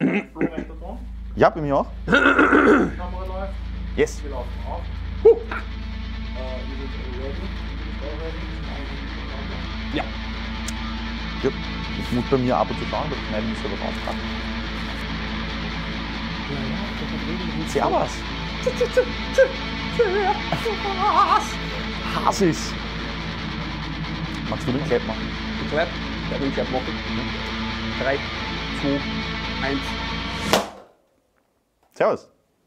Ja, bei mir auch. Kamera läuft. Yes. Wir laufen auf. Ja. Ja. Ich muss bei mir ab und zu schauen, weil ich schneide mich selber rauspacken. Servus. Hasis. Magst du den Clap machen? Den Clap? Der will Clap machen. 3, 2, 1. Servus.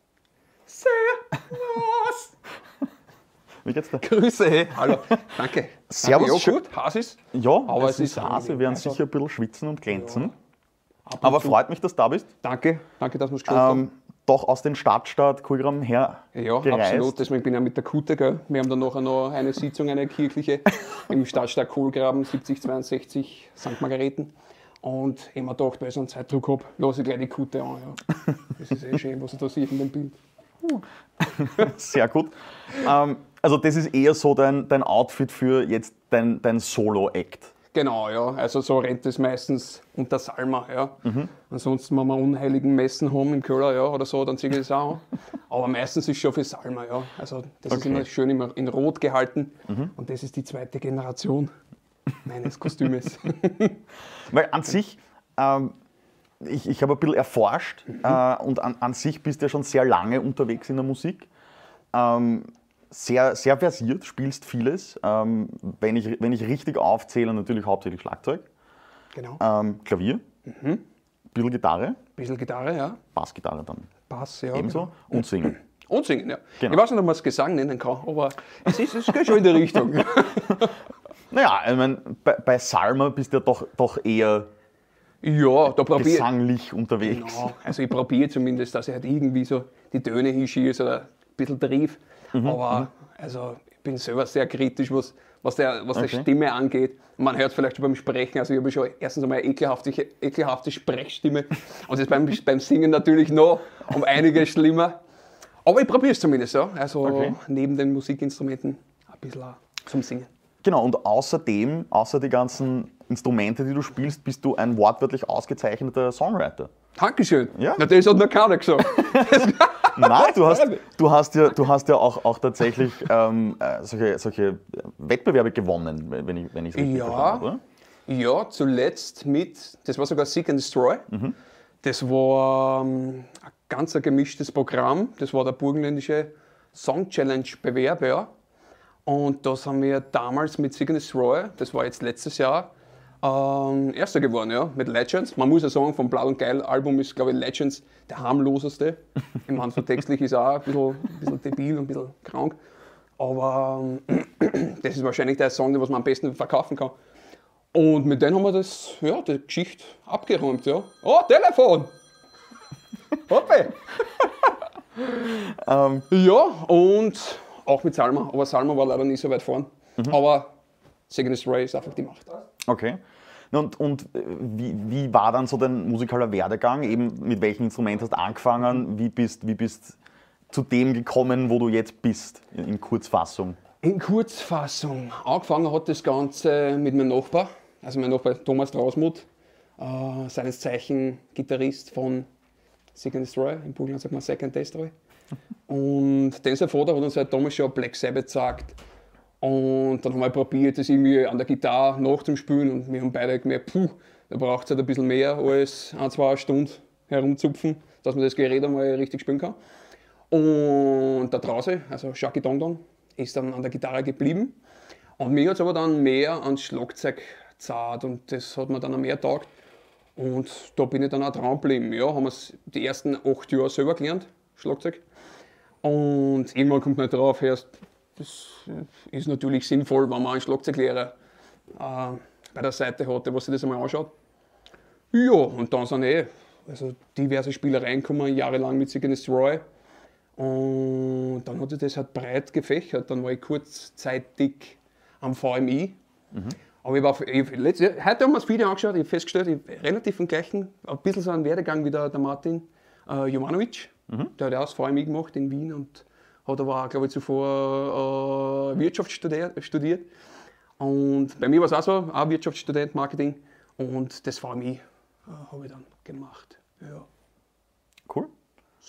Servus. Wie geht's dir? Grüße, hey. Hallo. Danke. Servus. Danke. Ja, schön. gut. Hasis. Ja, Aber es ist heiß, wir werden also, sicher ein bisschen schwitzen und glänzen. Ja. Ab und Aber zu. freut mich, dass du da bist. Danke, danke, dass wir es geschafft haben. Doch aus den Stadtstaat Kuigram her Ja, gereist. absolut. Deswegen bin ich auch mit der Kute. Gell. Wir haben dann nachher noch eine Sitzung, eine kirchliche, im Stadtstaat Kohlgraben 7062 St. Margareten. Und ich habe mir gedacht, weil ich so einen Zeitdruck habe, lasse ich gleich die Kute an. Ja. Das ist eh schön, was ich da sehe in dem Bild. Sehr gut. Also das ist eher so dein Outfit für jetzt dein Solo-Act. Genau, ja. Also so rennt es meistens unter Salma. Ja. Ansonsten, wenn wir unheiligen Messen haben im Keller, ja, oder so, dann ziehe ich das auch an. Aber meistens ist es schon für Salma. Ja. Also das ist Okay. immer schön in Rot gehalten. Und das ist die zweite Generation meines Kostümes. Weil an sich, ich habe ein bisschen erforscht und an sich bist du ja schon sehr lange unterwegs in der Musik. Sehr, sehr versiert, spielst vieles. Wenn ich richtig aufzähle, natürlich hauptsächlich Schlagzeug, Genau. Klavier, bisschen Gitarre, Bisschen Gitarre, ja. Bassgitarre dann Bass, ja. ebenso Genau. und Singen. Und singen, ja. Genau. Ich weiß nicht, ob man es Gesang nennen kann, aber es geht schon in der Richtung. Naja, ich meine, bei Salma bist du ja doch eher Ja, da probiere ich. gesanglich unterwegs. Genau. Also ich probiere zumindest, dass ich halt irgendwie so die Töne hinschieße oder ein bisschen trief. Aber also ich bin selber sehr kritisch, was der Stimme angeht. Man hört es vielleicht schon beim Sprechen. Also ich habe schon erstens einmal eine ekelhafte Sprechstimme. Und das ist beim Singen natürlich noch um einiges schlimmer. Aber ich probiere es zumindest, ja. Also neben den Musikinstrumenten ein bisschen auch zum Singen. Genau, und außerdem, außer die ganzen Instrumente, die du spielst, bist du ein wortwörtlich ausgezeichneter Songwriter. Dankeschön. Ja. Na, das hat noch keiner gesagt. Nein, du hast ja auch tatsächlich solche Wettbewerbe gewonnen, wenn ich es richtig verstanden habe, oder? Ja, zuletzt das war sogar Seek and Destroy. Das war ein ganz gemischtes Programm. Das war der burgenländische Song Challenge Bewerb, ja. Und da sind wir damals mit Seek and Destroy, das war jetzt letztes Jahr, Erster geworden, ja, mit Legends. Man muss ja sagen, vom Blau und Geil Album ist, glaube ich, Legends der harmloseste. Ich meine, so textlich ist auch ein bisschen debil und ein bisschen krank. Aber das ist wahrscheinlich der Song, den man am besten verkaufen kann. Und mit dem haben wir die Geschichte abgeräumt, ja. Oh, Telefon! Hoppe! Ja, und auch mit Salma. Aber Salma war leider nicht so weit vorn. Aber Seek and Destroy ist einfach die Macht. Okay. Und wie war dann so dein musikaler Werdegang? Eben mit welchem Instrument hast du angefangen? Wie bist zu dem gekommen, wo du jetzt bist, in Kurzfassung? In Kurzfassung. Angefangen hat das Ganze mit meinem Nachbar. Also mein Nachbar Thomas Trausmuth, seines Zeichen Gitarrist von Seek and Destroy. Im Burgenland sagt man Second Destroy. Und sein Vater hat uns halt damals schon Black Sabbath gesagt. Und dann haben wir probiert, das irgendwie an der Gitarre nachzuspielen. Und wir haben beide gemerkt, da braucht es halt ein bisschen mehr als 1-2 Stunden herumzupfen, dass man das Gerät einmal richtig spielen kann. Und der Trause, also Shaki Dong Dong, ist dann an der Gitarre geblieben. Und mir hat es aber dann mehr ans Schlagzeug gezahlt und das hat mir dann auch mehr getaugt. Und da bin ich dann auch dran geblieben. Ja, haben wir die ersten 8 Jahre selber gelernt, Schlagzeug. Und irgendwann kommt man drauf, das ist natürlich sinnvoll, wenn man einen Schlagzeuglehrer bei der Seite hat, der sich das einmal anschaut. Ja, und dann sind also diverse Spielereien gekommen, jahrelang mit Seek and Destroy. Und dann hat sich das halt breit gefächert. Dann war ich kurzzeitig am VMI. Aber heute haben wir das Video angeschaut, ich habe festgestellt, ich habe relativ den gleichen, ein bisschen so einen Werdegang wie der Martin Jovanovic. Der hat auch das VMI gemacht in Wien und hat aber auch, glaube ich, zuvor Wirtschaft studiert. Und bei mir war es auch so, auch Wirtschaftsstudent, Marketing. Und das VMI habe ich dann gemacht. Ja.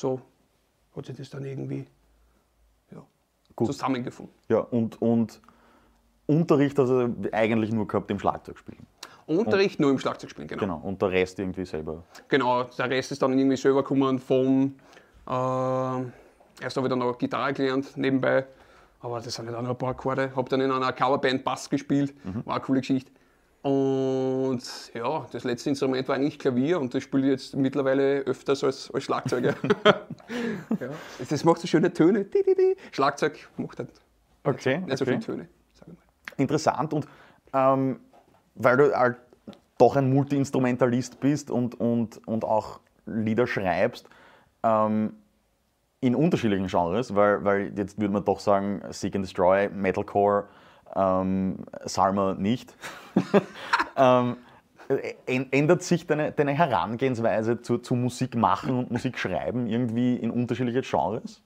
so hat sich das dann irgendwie Gut. zusammengefunden. Ja, und Unterricht also eigentlich nur gehabt im Schlagzeugspielen. Unterricht nur im Schlagzeugspielen, genau. Genau, und der Rest irgendwie selber. Genau, der Rest ist dann irgendwie selber gekommen erst habe ich dann noch Gitarre gelernt nebenbei, aber das sind ja dann noch ein paar Akkorde. Habe dann in einer Coverband Bass gespielt, war eine coole Geschichte. Und ja, das letzte Instrument war eigentlich Klavier und das spiele ich jetzt mittlerweile öfters als Schlagzeuger. Ja, das macht so schöne Töne. Schlagzeug macht halt nicht so viele Töne, sag ich mal. Interessant und weil du halt doch ein Multi-Instrumentalist bist und auch Lieder schreibst, in unterschiedlichen Genres, weil jetzt würde man doch sagen, Seek and Destroy, Metalcore, Salma nicht. Ändert sich deine Herangehensweise zu Musik machen und Musik schreiben irgendwie in unterschiedliche Genres?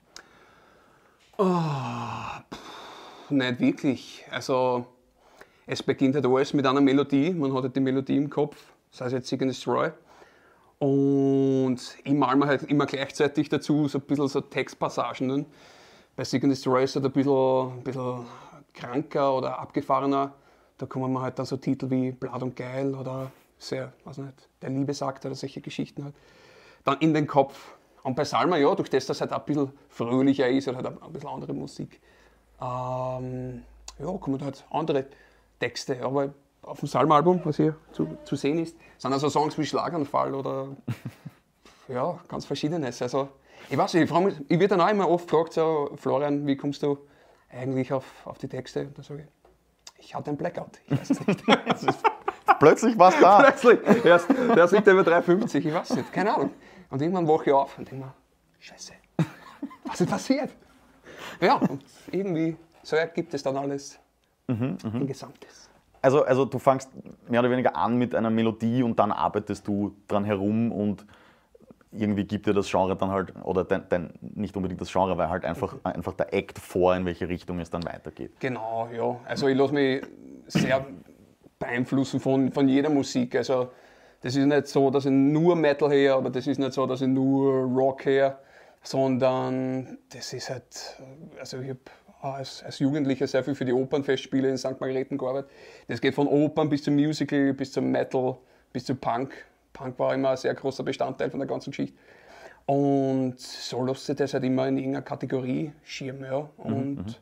Nicht wirklich. Also es beginnt halt alles mit einer Melodie. Man hat halt die Melodie im Kopf, das heißt jetzt Seek and Destroy. Und ich mal mir halt immer gleichzeitig dazu so ein bisschen so Textpassagen. Ne? Bei Seek and Destroy ist es halt ein bisschen kranker oder abgefahrener. Da kommen mir halt dann so Titel wie Blatt und Geil oder sehr, weiß nicht, Der Liebesakt oder solche Geschichten halt. Dann in den Kopf. Und bei Salma, ja, durch das halt ein bisschen fröhlicher ist oder halt ein bisschen andere Musik, kommen halt andere Texte. Aber auf dem Salma-Album, was hier zu sehen ist, sind also Songs wie Schlaganfall oder ja, ganz Verschiedenes. Also, ich weiß nicht, ich werde dann auch immer oft gefragt, so, Florian, wie kommst du eigentlich auf die Texte? Und da sage ich hatte einen Blackout, ich weiß es nicht. Plötzlich war es da. Plötzlich, der liegt über 3,50, ich weiß nicht, keine Ahnung. Und irgendwann wache ich auf und denke mir, Scheiße, was ist passiert? Ja, und irgendwie, so ergibt es dann alles ein Gesamtes. Also du fängst mehr oder weniger an mit einer Melodie und dann arbeitest du dran herum und irgendwie gibt dir das Genre dann halt, oder nicht unbedingt das Genre, weil halt einfach der Act vor, in welche Richtung es dann weitergeht. Genau, ja. Also ich lasse mich sehr beeinflussen von jeder Musik. Also das ist nicht so, dass ich nur Metal höre oder das ist nicht so, dass ich nur Rock höre, sondern das ist halt, also ich habe als Jugendlicher sehr viel für die Opernfestspiele in St. Margrethen gearbeitet. Das geht von Opern bis zum Musical, bis zum Metal, bis zum Punk. Punk war immer ein sehr großer Bestandteil von der ganzen Geschichte. Und so lässt sich das halt immer in irgendeiner Kategorie schirmen. Ja. Und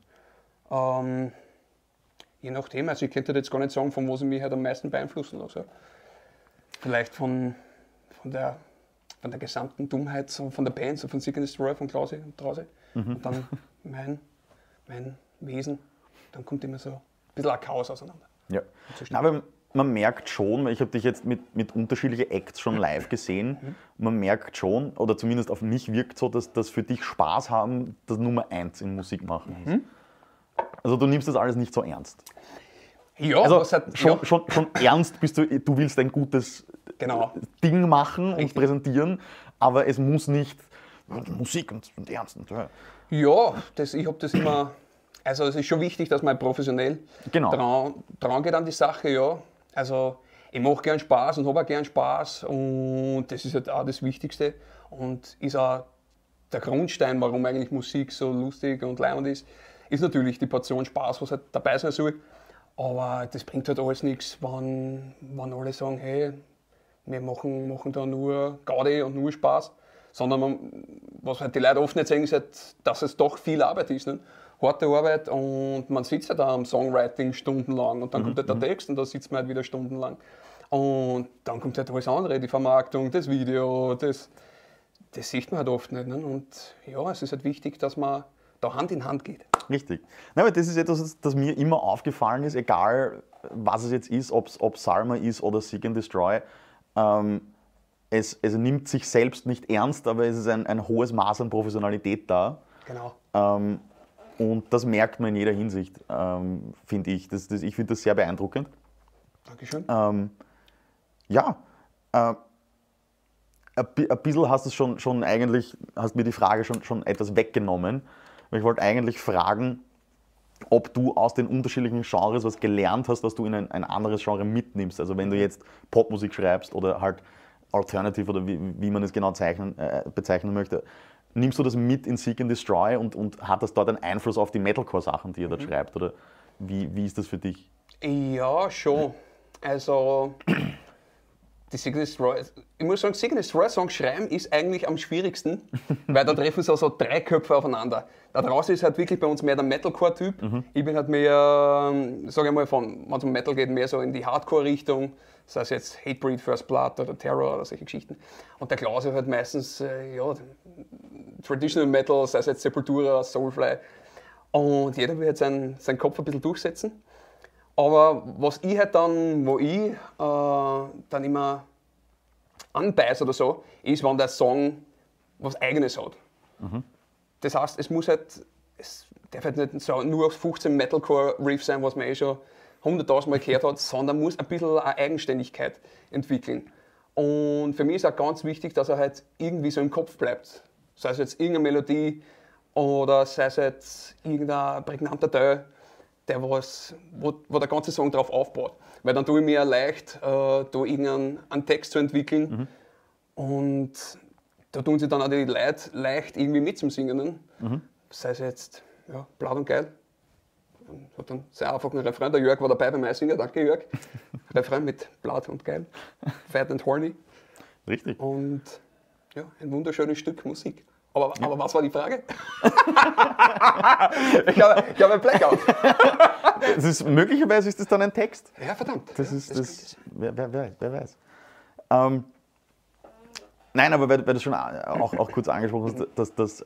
je nachdem, also ich könnte jetzt gar nicht sagen, von was ich mich halt am meisten beeinflussen lasse. Vielleicht von der gesamten Dummheit so von der Band, so von Seek and Destroy, von Klausi und Trause. Und dann mein Wesen, dann kommt immer so ein bisschen ein Chaos auseinander. Ja, aber man merkt schon, weil ich habe dich jetzt mit unterschiedlichen Acts schon live gesehen, man merkt schon, oder zumindest auf mich wirkt so, dass das für dich Spaß haben das Nummer 1 in Musik machen ist. Also du nimmst das alles nicht so ernst. Ja, also schon ernst bist du willst ein gutes Ding machen und präsentieren, aber es muss nicht Musik und Ernst. Ja, ich habe das immer, also es ist schon wichtig, dass man professionell dran geht an die Sache, ja. Also ich mache gern Spaß und habe auch gern Spaß und das ist halt auch das Wichtigste und ist auch der Grundstein, warum eigentlich Musik so lustig und leibend ist natürlich die Portion Spaß, was halt dabei sein soll. Aber das bringt halt alles nichts, wenn alle sagen, hey, wir machen da nur Gaudi und nur Spaß. Sondern was halt die Leute oft nicht sehen, ist halt, dass es doch viel Arbeit ist. Ne? Harte Arbeit und man sitzt ja da am Songwriting stundenlang und dann kommt halt der Text und da sitzt man halt wieder stundenlang. Und dann kommt halt alles andere, die Vermarktung, das Video, das sieht man halt oft nicht. Ne? Und ja, es ist halt wichtig, dass man da Hand in Hand geht. Richtig. Nein, aber das ist etwas, das mir immer aufgefallen ist, egal was es jetzt ist, ob Salma ist oder Seek and Destroy. Es nimmt sich selbst nicht ernst, aber es ist ein hohes Maß an Professionalität da. Genau. Und das merkt man in jeder Hinsicht, finde ich. Ich finde das sehr beeindruckend. Dankeschön. Ein bisschen hast du schon eigentlich, hast mir die Frage schon etwas weggenommen. Ich wollte eigentlich fragen, ob du aus den unterschiedlichen Genres was gelernt hast, was du in ein anderes Genre mitnimmst. Also wenn du jetzt Popmusik schreibst oder halt Alternative oder wie man es genau bezeichnen möchte. nimmst du das mit in Seek and Destroy und hat das dort einen Einfluss auf die Metalcore-Sachen, die ihr dort schreibt? Oder wie ist das für dich? Ja, schon. Also, die Seek and Destroy, ich muss sagen, Seek and Destroy Song schreiben ist eigentlich am schwierigsten, weil da treffen so drei Köpfe aufeinander. Da draußen ist halt wirklich bei uns mehr der Metalcore-Typ. Ich bin halt mehr, sage ich mal, wenn es um Metal geht, mehr so in die Hardcore-Richtung. Das heißt jetzt Hatebreed, First Blood oder Terror oder solche Geschichten. Und der Klaus ist halt meistens Traditional Metal, sei es jetzt Sepultura, Soulfly. Und jeder will halt seinen Kopf ein bisschen durchsetzen. Aber was ich halt dann, wo ich dann immer anbeiße oder so, ist, wenn der Song was Eigenes hat. Das heißt, es darf halt nicht so nur 15 Metalcore-Riff sein, was man schon 100.000 Mal gehört hat, sondern muss ein bisschen eine Eigenständigkeit entwickeln. Und für mich ist auch ganz wichtig, dass er halt irgendwie so im Kopf bleibt. Sei es jetzt irgendeine Melodie oder sei es jetzt irgendein prägnanter Teil, wo der ganze Song drauf aufbaut. Weil dann tue ich mir leicht, da irgendeinen Text zu entwickeln. Und da tun sich dann auch die Leute leicht irgendwie mit zum Singen. Sei es jetzt Blatt und Geil. Hat dann sehr einfach einen Refrain. Der Jörg war dabei beim Eisinger, danke Jörg. Refrain mit Blatt und Geil. Fat and Horny. Richtig. Und ja, ein wunderschönes Stück Musik. Aber was war die Frage? ich habe ein Blackout. Möglicherweise ist das dann ein Text. Ja, verdammt. Wer weiß. Nein, aber weil du schon auch kurz angesprochen hast, dass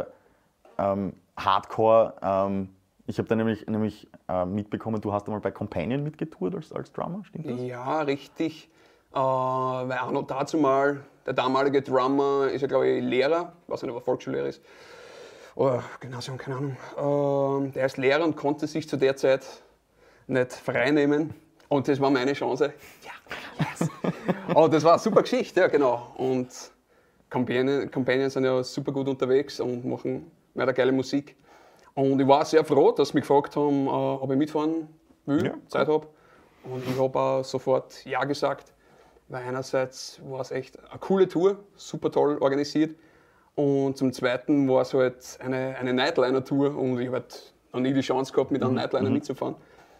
Hardcore, ich habe da nämlich mitbekommen, du hast einmal bei Companion mitgetourt als Drummer, stimmt das? Ja, richtig. Weil auch noch dazu mal, der damalige Drummer ist ja, glaube ich, Lehrer, ich weiß nicht, ob er Volksschullehrer ist, oder Gymnasium, keine Ahnung. Der ist Lehrer und konnte sich zu der Zeit nicht frei nehmen. Und das war meine Chance. Ja, yes. Und das war eine super Geschichte, ja, genau. Und Companions sind ja super gut unterwegs und machen mehr geile Musik. Und ich war sehr froh, dass sie mich gefragt haben, ob ich mitfahren will, ja, Zeit habe. Und ich habe auch sofort Ja gesagt, weil einerseits war es echt eine coole Tour, super toll organisiert. Und zum Zweiten war es halt eine Nightliner-Tour und ich habe halt noch nie die Chance gehabt, mit einem Nightliner mitzufahren.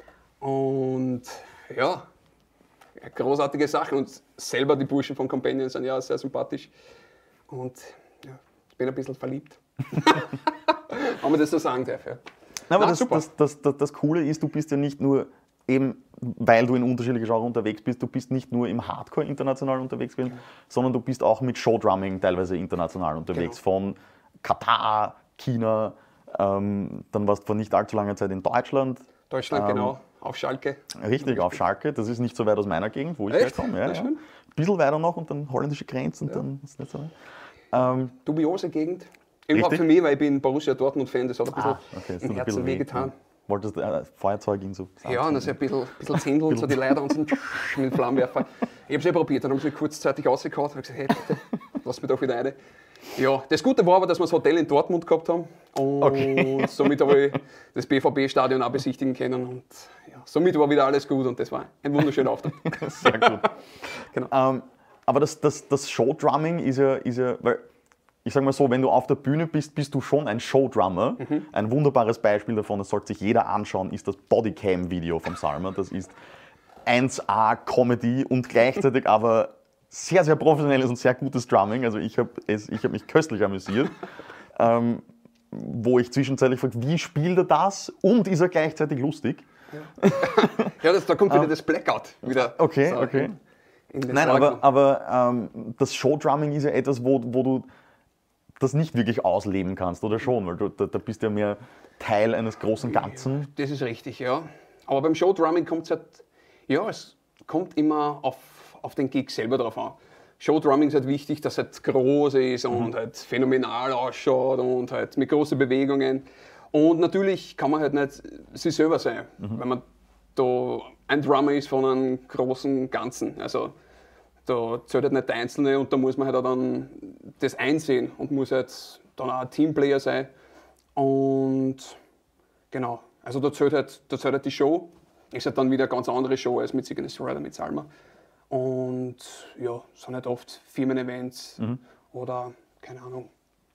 Und ja, eine großartige Sache. Und selber die Burschen von Companion sind ja sehr sympathisch. Und ja, ich bin ein bisschen verliebt. Wenn man das so sagen darf. Ja. Aber das Coole ist, du bist ja nicht nur, eben weil du in unterschiedliche Genres unterwegs bist, du bist nicht nur im Hardcore international unterwegs gewesen, sondern du bist auch mit Showdrumming teilweise international unterwegs. Genau. Von Katar, China, dann warst du vor nicht allzu langer Zeit in Deutschland. Genau, auf Schalke. Richtig, auf Schalke. Das ist nicht so weit aus meiner Gegend, wo ich herkomme. Ja, ein bisschen weiter noch und dann holländische Grenze und dann ist es nicht so weit. Dubiose Gegend. Überhaupt für mich, weil ich bin Borussia Dortmund-Fan, das hat ein bisschen im Herzen wehgetan. Wolltest du Feuerzeug in so? Ja, und das ein bisschen zindeln, so die Leute und so mit dem Flammenwerfer. Ich habe es ja probiert, dann haben sie mich kurzzeitig rausgehauen und gesagt, hey bitte, lass mich doch wieder rein. Ja, das Gute war aber, dass wir das Hotel in Dortmund gehabt haben und somit habe ich das BVB-Stadion auch besichtigen können und ja, somit war wieder alles gut und das war ein wunderschöner Auftritt. Sehr gut. Genau. Aber das Showdrumming ist ja, weil ich sage mal so, wenn du auf der Bühne bist, bist du schon ein Showdrummer. Ein wunderbares Beispiel davon, das sollte sich jeder anschauen, ist das Bodycam-Video vom Salma. Das ist 1A Comedy und gleichzeitig aber sehr, sehr professionelles und sehr gutes Drumming. Also ich hab mich köstlich amüsiert. Wo ich zwischenzeitlich frage, wie spielt er das und ist er gleichzeitig lustig? Ja, da kommt wieder das Blackout wieder. Okay. Nein, aber das Showdrumming ist ja etwas, wo du das nicht wirklich ausleben kannst, oder schon? Weil da bist du ja mehr Teil eines großen Ganzen. Das ist richtig, ja. Aber beim Showdrumming kommt es halt, es kommt immer auf den Gig selber drauf an. Showdrumming ist halt wichtig, dass es halt groß ist und halt phänomenal ausschaut und halt mit großen Bewegungen. Und natürlich kann man halt nicht sich selber sein, wenn man da ein Drummer ist von einem großen Ganzen. Also da zählt halt nicht der Einzelne und da muss man halt auch dann das einsehen und muss halt dann auch ein Teamplayer sein. Und genau, also da zählt halt die Show. Ist halt dann wieder eine ganz andere Show als mit Seek and Destroy oder mit Salma. Und ja, es sind halt oft Firmen-Events oder, keine Ahnung,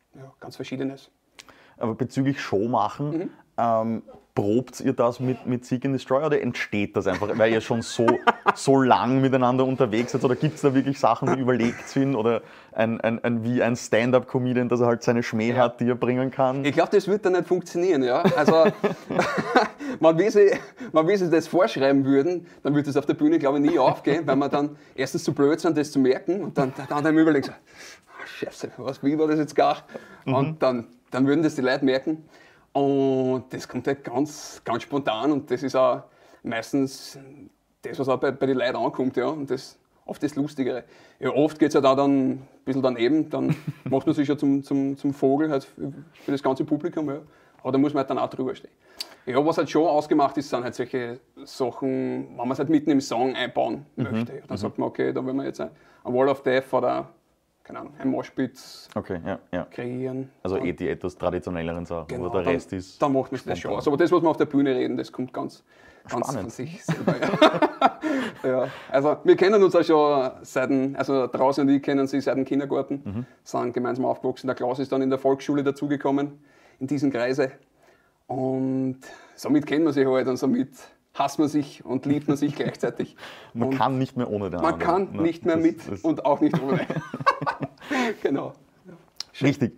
ja, ganz Verschiedenes. Aber bezüglich Show machen, probt ihr das mit Seek and Destroy oder entsteht das einfach, weil ihr schon so lang miteinander unterwegs seid? Oder gibt es da wirklich Sachen, die überlegt sind? Oder wie ein Stand-Up-Comedian, dass er halt seine Schmäh hat, die er bringen kann? Ich glaube, das wird dann nicht funktionieren. Ja? Also, wenn wir sie das vorschreiben würden, dann würde das auf der Bühne, glaube ich, nie aufgehen, weil wir dann erstens zu blöd sind, das zu merken und dann überlegen, so, Scheiße, wie war das jetzt gar? Und dann würden das die Leute merken. Und das kommt halt ganz, ganz spontan und das ist auch meistens das, was auch bei den Leuten ankommt. Ja? Und das oft das Lustigere. Ja, oft geht es ja da dann ein bisschen daneben, dann macht man sich ja zum Vogel halt für das ganze Publikum. Ja. Aber da muss man halt dann auch drüber stehen. Ja, was halt schon ausgemacht ist, sind halt solche Sachen, wenn man es halt mitten im Song einbauen möchte. Ja, dann sagt man, okay, da will man jetzt ein Wall of Death oder keine Ahnung, ein Moshpit kreieren. Also die etwas traditionelleren Sachen, genau, wo der Rest ist. Dann macht man das schon aus. Aber das, was wir auf der Bühne reden, das kommt ganz von sich selber. Ja. Also wir kennen uns auch schon also draußen und ich kennen sie seit dem Kindergarten, sind gemeinsam aufgewachsen. Der Klaus ist dann in der Volksschule dazugekommen, in diesen Kreise. Und somit kennt man sich halt und somit hasst man sich und liebt man sich gleichzeitig. Man kann nicht mehr ohne den anderen. Man kann nicht mehr mit und auch nicht ohne. Genau. Richtig.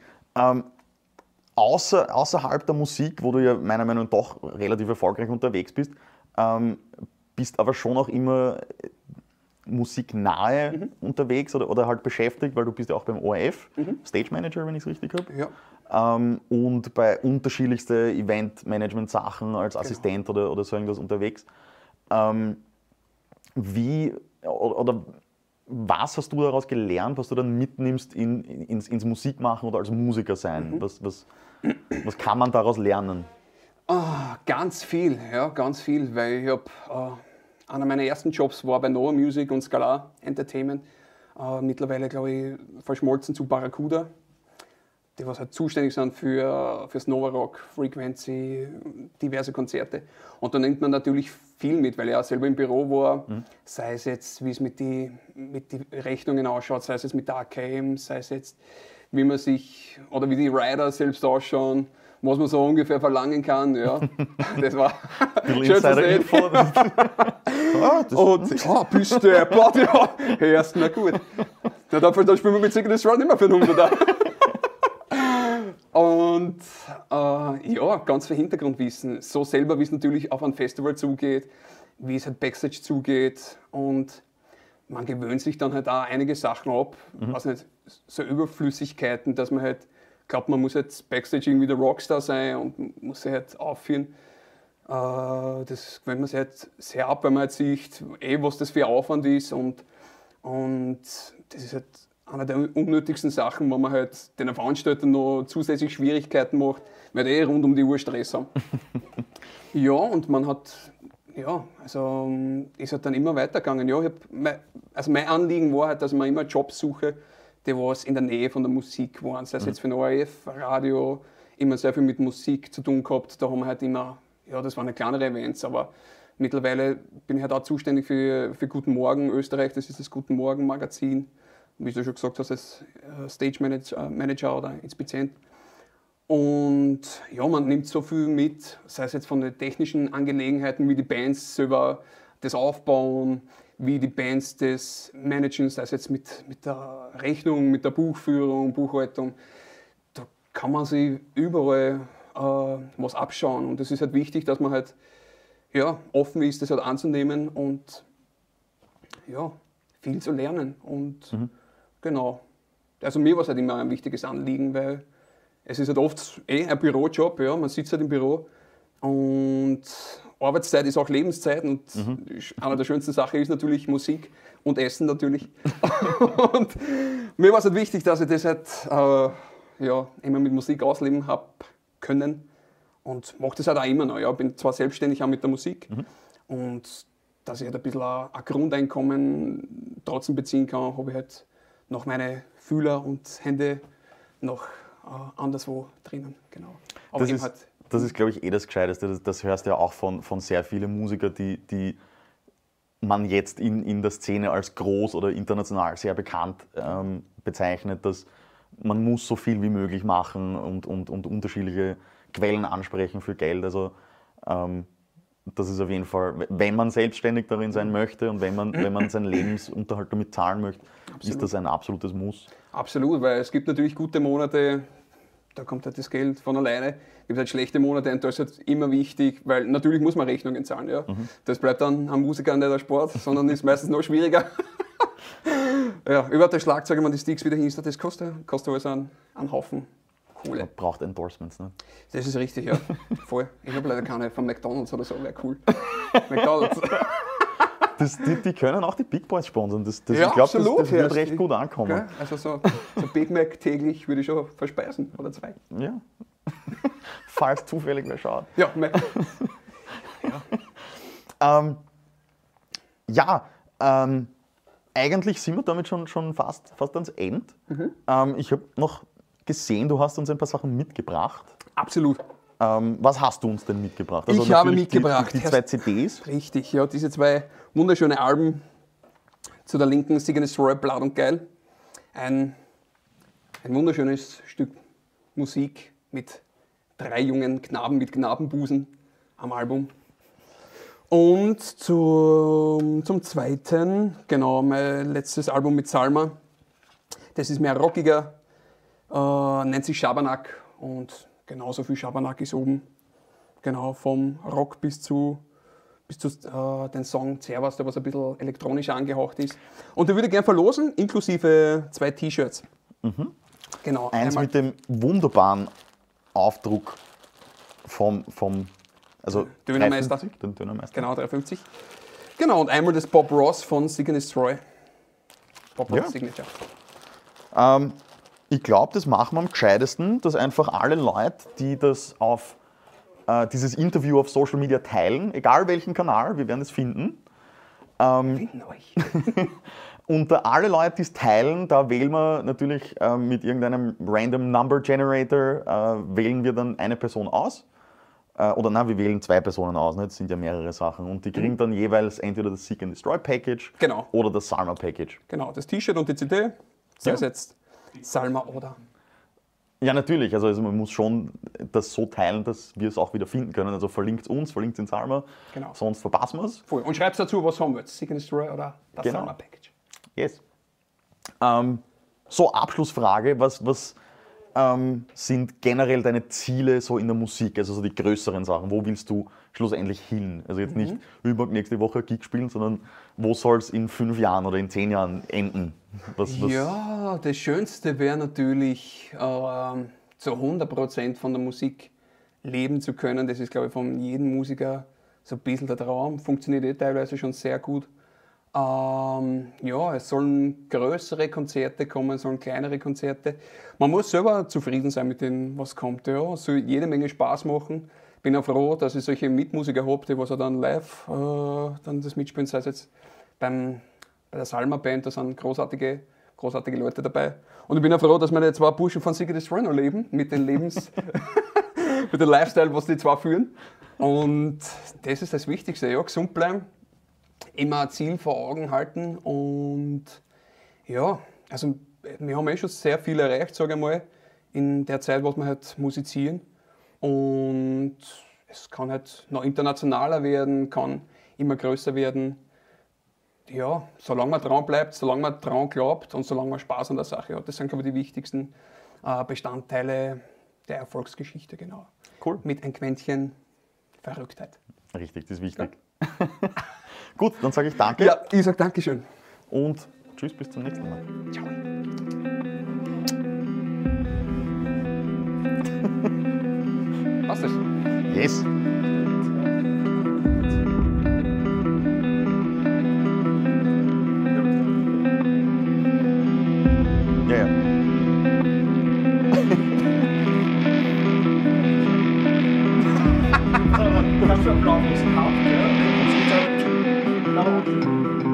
Außerhalb der Musik, wo du ja meiner Meinung nach doch relativ erfolgreich unterwegs bist, bist aber schon auch immer musiknahe unterwegs oder halt beschäftigt, weil du bist ja auch beim ORF, Stage Manager, wenn ich es richtig habe. Ja. Und bei unterschiedlichsten Event-Management-Sachen als Assistent oder so irgendwas unterwegs. Was hast du daraus gelernt, was du dann mitnimmst ins Musikmachen oder als Musiker sein? Was kann man daraus lernen? Ganz viel, weil ich habe einer meiner ersten Jobs war bei Nova Music und Scala Entertainment. Mittlerweile, glaube ich, verschmolzen zu Barracuda, die was halt zuständig sind fürs Nova Rock, Frequency, diverse Konzerte. Und da nimmt man natürlich viel mit, weil ich auch selber im Büro war, sei es jetzt, wie es mit die Rechnungen ausschaut, sei es jetzt mit der AKM, sei es jetzt, wie man sich, oder wie die Rider selbst ausschauen, was man so ungefähr verlangen kann. Ja. Das war schön zu sehen. Bist du deppert, ja. Hörst, na gut. Da spielen wir mit Seek and Destroy nicht mehr für den 100er. Und ganz viel Hintergrundwissen. So selber, wie es natürlich auf ein Festival zugeht, wie es halt Backstage zugeht. Und man gewöhnt sich dann halt auch einige Sachen ab. Was nicht, so Überflüssigkeiten, dass man halt glaubt, man muss jetzt Backstage irgendwie der Rockstar sein und muss sich halt aufführen. Das gewöhnt man sich halt sehr ab, weil man halt sieht, was das für Aufwand ist. Und das ist halt eine der unnötigsten Sachen, wo man halt den Veranstaltern noch zusätzlich Schwierigkeiten macht, weil die rund um die Uhr Stress haben. Ja, und man hat, ist halt dann immer weitergegangen. Ja, mein Anliegen war halt, dass man immer Jobs suche, die was in der Nähe von der Musik waren. Sei es jetzt für den ORF, Radio, immer sehr viel mit Musik zu tun gehabt. Da haben wir halt immer, das waren kleinere Events, aber mittlerweile bin ich halt auch zuständig für Guten Morgen Österreich, das ist das Guten Morgen Magazin. Wie du schon gesagt hast, als Stage Manager oder Inspizient. Und ja, man nimmt so viel mit, sei es jetzt von den technischen Angelegenheiten, wie die Bands selber das aufbauen, wie die Bands das managen, sei es jetzt mit der Rechnung, mit der Buchführung, Buchhaltung. Da kann man sich überall was abschauen. Und es ist halt wichtig, dass man halt offen ist, das halt anzunehmen und viel zu lernen. Und genau. Also mir war es halt immer ein wichtiges Anliegen, weil es ist halt oft ein Bürojob, man sitzt halt im Büro und Arbeitszeit ist auch Lebenszeit und eine der schönsten Sachen ist natürlich Musik und Essen natürlich. Und mir war es halt wichtig, dass ich das halt immer mit Musik ausleben habe können und mache das halt auch immer noch. Ich bin zwar selbstständig auch mit der Musik und dass ich halt ein bisschen ein Grundeinkommen trotzdem beziehen kann, habe ich halt noch meine Fühler und Hände noch anderswo drinnen. Genau. Aber das ist, glaube ich, das Gescheiteste. Das hörst du ja auch von sehr vielen Musikern, die man jetzt in der Szene als groß oder international sehr bekannt bezeichnet, dass man muss so viel wie möglich machen und unterschiedliche Quellen ansprechen für Geld. Also das ist auf jeden Fall, wenn man selbstständig darin sein möchte und wenn man seinen Lebensunterhalt damit zahlen möchte, ist das ein absolutes Muss. Absolut, weil es gibt natürlich gute Monate, da kommt halt das Geld von alleine. Es gibt halt schlechte Monate und da ist halt immer wichtig, weil natürlich muss man Rechnungen zahlen. Ja. Das bleibt dann am Musiker nicht der Sport, sondern ist meistens noch schwieriger. Ja, überhaupt der Schlagzeug, wenn man die Sticks wieder hinstellt, das kostet alles einen Haufen Kohle. Man braucht Endorsements, ne? Das ist richtig, ja. Voll. Ich habe leider keine von McDonalds oder so, wäre cool. McDonalds. Die können auch die Big Boys sponsern. Ich Ja, glaube, absolut, das wird ja. recht gut ankommen. Okay? Also so Big Mac täglich würde ich schon verspeisen oder 2. Ja. Falls zufällig wer schaut. Ja, eigentlich sind wir damit schon fast ans Ende. Ich habe noch gesehen, du hast uns ein paar Sachen mitgebracht. absolut. Was hast du uns denn mitgebracht? Ich habe natürlich mitgebracht. die 2 CDs. Richtig, ja, diese 2 wunderschöne Alben. Zu der linken Sick and Destroy, Blood und Geil. Ein wunderschönes Stück Musik mit 3 jungen Knaben mit Knabenbusen am Album. Und zum zweiten, genau, mein letztes Album mit Salma. Das ist mehr rockiger, nennt sich Schabernack und genauso viel Schabernack ist oben. Genau, vom Rock bis zu den Song Zervas, der was ein bisschen elektronisch angehaucht ist. Und den würde ich gerne verlosen, inklusive 2 T-Shirts. Genau, Eins einmal mit dem wunderbaren Aufdruck vom Dönermeister. 350, den Dönermeister. Genau, 350. Genau, und einmal das Bob Ross von Sick and Destroy. Bob Ross Ja. Signature. Ich glaube, das machen wir am gescheitesten, dass einfach alle Leute, die das auf dieses Interview auf Social Media teilen, egal welchen Kanal, wir werden es finden. Finden euch. Unter alle Leute, die es teilen, da wählen wir natürlich mit irgendeinem Random Number Generator, wählen wir dann eine Person aus. Oder nein, wir wählen 2 Personen aus, ne? Das sind ja mehrere Sachen. Und die kriegen dann jeweils entweder das Seek and Destroy Package Genau. oder das Salma Package. Genau, das T-Shirt und die CD. Sei es jetzt Salma oder. Ja, natürlich. Also man muss schon das so teilen, dass wir es auch wieder finden können. Also verlinkt uns, verlinkt in Salma. Genau. Sonst verpassen wir es. Voll. Und schreibt dazu, was haben wir jetzt? Seek and Destroy oder das Genau. Salma Package. Yes. So, Abschlussfrage. Was sind generell deine Ziele so in der Musik? Also so die größeren Sachen. Wo willst du schlussendlich hin? Also jetzt nicht nächste Woche ein Gig spielen, sondern wo soll es in 5 Jahren oder in 10 Jahren enden? Ja, das Schönste wäre natürlich, zu 100% von der Musik leben zu können. Das ist, glaube ich, von jedem Musiker so ein bisschen der Traum. Funktioniert teilweise schon sehr gut. Es sollen größere Konzerte kommen, sollen kleinere Konzerte. Man muss selber zufrieden sein mit dem, was kommt. Ja, es soll jede Menge Spaß machen. Bin auch froh, dass ich solche Mitmusiker habe, die was auch dann live dann das mitspielen. Sei es jetzt bei der Salma Band, da sind großartige Leute dabei. Und ich bin auch froh, dass meine 2 Burschen von Sick and Destroy noch leben, mit den mit dem Lifestyle, was die 2 führen. Und das ist das Wichtigste, ja, gesund bleiben. Immer ein Ziel vor Augen halten und ja, also wir haben schon sehr viel erreicht, sage ich mal, in der Zeit, was wir halt musizieren und es kann halt noch internationaler werden, kann immer größer werden. Ja, solange man dran bleibt, solange man dran glaubt und solange man Spaß an der Sache hat, das sind, glaube ich, die wichtigsten Bestandteile der Erfolgsgeschichte, genau. Cool. Mit ein Quäntchen Verrücktheit. Richtig, das ist wichtig. Gut, dann sage ich danke Ja, ich sage Dankeschön. und tschüss, bis zum nächsten Mal. Ciao. Passt das? Yes! Ja, ja. Du hast schon einen blauen Haut, gell? Und sie sagt,